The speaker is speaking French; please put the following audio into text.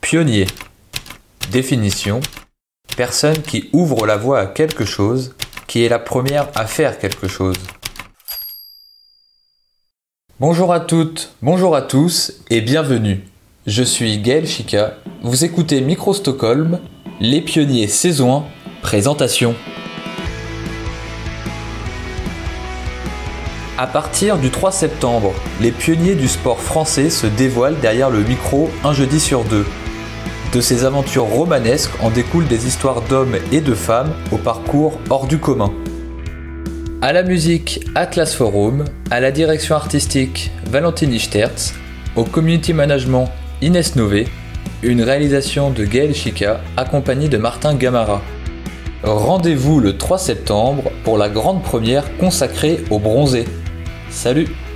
Pionnier. Définition. Personne qui ouvre la voie à quelque chose, qui est la première à faire quelque chose. Bonjour à toutes, bonjour à tous et bienvenue. Je suis Gaël Chica, vous écoutez Micro Stockholm, Les Pionniers saison 1, présentation. À partir du 3 septembre, les pionniers du sport français se dévoilent derrière le micro un jeudi sur deux. De ces aventures romanesques en découlent des histoires d'hommes et de femmes au parcours hors du commun. À la musique, Atlas Forum, à la direction artistique, Valentine Ichterz, au community management, Inès Nové, une réalisation de Gaël Chica accompagnée de Martin Gamara. Rendez-vous le 3 septembre pour la grande première consacrée aux bronzés. Salut!